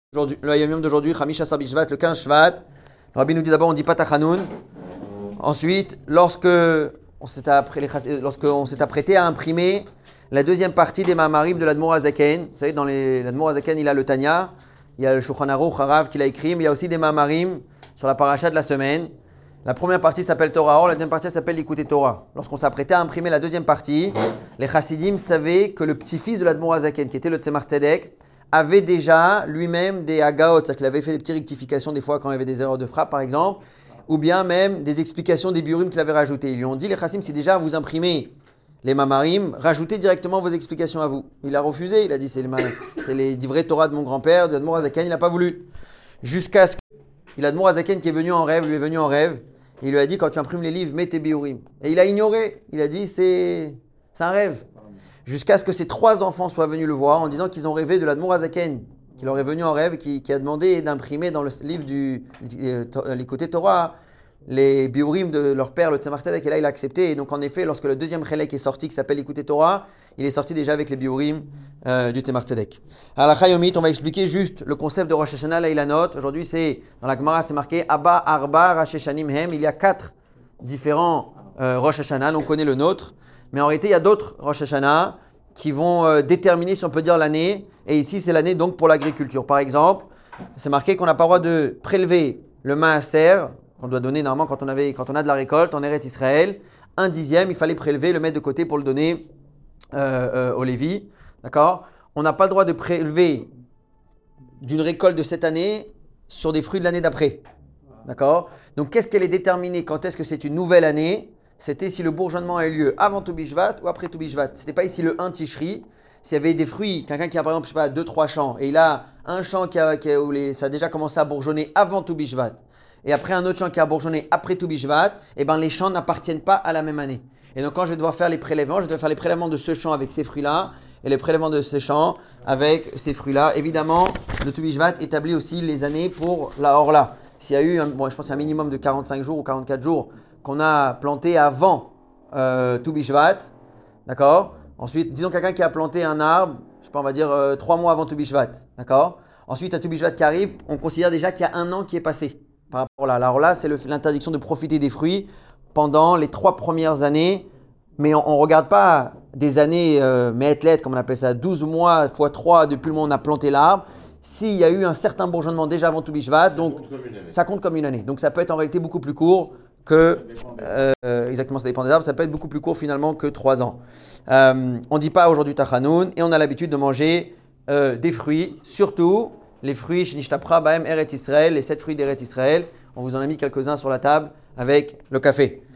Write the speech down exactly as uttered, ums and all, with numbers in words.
Aujourd'hui, le Yom d'aujourd'hui, Chamish Asar Bishvat, le quinze Shvat. Le Rabbi nous dit d'abord, on dit pas Tachanoun. Ensuite, lorsque on s'est apprêté, lorsqu'on s'est apprêté à imprimer la deuxième partie des Ma'amarim de l'Admor Hazaken. Vous savez, dans l'Admor Hazaken, il a le Tanya, il y a le Shulchan Aruch Harav qu'il a écrit, mais il y a aussi des Ma'amarim sur la paracha de la semaine. La première partie s'appelle Torah, la deuxième partie s'appelle Likutei Torah. Lorsqu'on s'est apprêté à imprimer la deuxième partie, les Chassidim savaient que le petit-fils de l'Admor Hazaken, qui était le Tzemar Tzedek, avait déjà lui-même des agaot, c'est-à-dire qu'il avait fait des petites rectifications des fois quand il y avait des erreurs de frappe par exemple, ou bien même des explications des biurim qu'il avait rajoutées. Ils lui ont dit, les chassim, si déjà vous imprimez les mamarim, rajoutez directement vos explications à vous. Il a refusé, il a dit, c'est les, c'est les divrei Torah de mon grand-père, de l'Admor Hazaken, il n'a pas voulu. Jusqu'à ce qu'il a l'Admor Hazaken qui est venu en rêve, lui est venu en rêve, il lui a dit, quand tu imprimes les livres, mets tes biurim. Et il a ignoré, il a dit, c'est, c'est un rêve. Jusqu'à ce que ses trois enfants soient venus le voir en disant qu'ils ont rêvé de l'Admor Hazaken, qu'il leur est venu en rêve, qui, qui a demandé d'imprimer dans le livre du Likutei Torah les biurim de leur père, le Tzemar Tzedek, et là il a accepté. Et donc en effet, lorsque le deuxième chelek est sorti, qui s'appelle Likutei Torah, il est sorti déjà avec les biurim euh, du Tzemar Tzedek. À la Chayomit, on va expliquer juste le concept de Rosh Hashanah, là il a note. Aujourd'hui, c'est dans la Gemara, c'est marqué Abba Arba Rosh Hashanim Hem. Il y a quatre différents euh, Rosh Hashanah, on connaît le nôtre. Mais en réalité, il y a d'autres Rosh Hashanah qui vont euh, déterminer, si on peut dire, l'année. Et ici, c'est l'année donc pour l'agriculture. Par exemple, c'est marqué qu'on n'a pas le droit de prélever le maaser, qu'on doit donner normalement quand on, avait, quand on a de la récolte en Eretz Israël. Un dixième, il fallait prélever, le mettre de côté pour le donner euh, euh, au Lévi. D'accord ? On n'a pas le droit de prélever d'une récolte de cette année sur des fruits de l'année d'après. D'accord ? Donc, qu'est-ce qu'elle est déterminée ? Quand est-ce que c'est une nouvelle année ? C'était si le bourgeonnement a eu lieu avant Tou Bishvat ou après Tou Bishvat. Ce n'était pas ici le un Tishri. S'il y avait des fruits, quelqu'un qui a par exemple, je sais pas, deux trois champs, et il a un champ qui a, qui a, où les, ça a déjà commencé à bourgeonner avant Tou Bishvat, et après un autre champ qui a bourgeonné après Tou Bishvat, et ben les champs n'appartiennent pas à la même année. Et donc quand je vais devoir faire les prélèvements, je vais devoir faire les prélèvements de ce champ avec ces fruits-là, et les prélèvements de ce champ avec ces fruits-là. Évidemment, le Tou Bishvat établit aussi les années pour la Orla. S'il y a eu, un, bon, je pense, un minimum de quarante-cinq jours ou quarante-quatre jours qu'on a planté avant euh, Tou Bishvat, d'accord ? Ensuite, disons quelqu'un qui a planté un arbre, je sais pas, on va dire euh, trois mois avant Tou Bishvat, d'accord ? Ensuite, à Tou Bishvat qui arrive, on considère déjà qu'il y a un an qui est passé par rapport là. Alors là, c'est le, l'interdiction de profiter des fruits pendant les trois premières années, mais on ne regarde pas des années euh, métlettes, comme on appelle ça, douze mois fois trois depuis le moment où on a planté l'arbre. S'il y a eu un certain bourgeonnement déjà avant Tou Bishvat, donc ça compte comme une année. Donc ça peut être en réalité beaucoup plus court que, euh, exactement, ça dépend des arbres, ça peut être beaucoup plus court finalement que trois ans. Euh, on ne dit pas aujourd'hui Tachanoun et on a l'habitude de manger euh, des fruits, surtout les fruits Shnishtabra Baem Eretz Israël, les sept fruits d'Eretz Israël. On vous en a mis quelques-uns sur la table avec le café.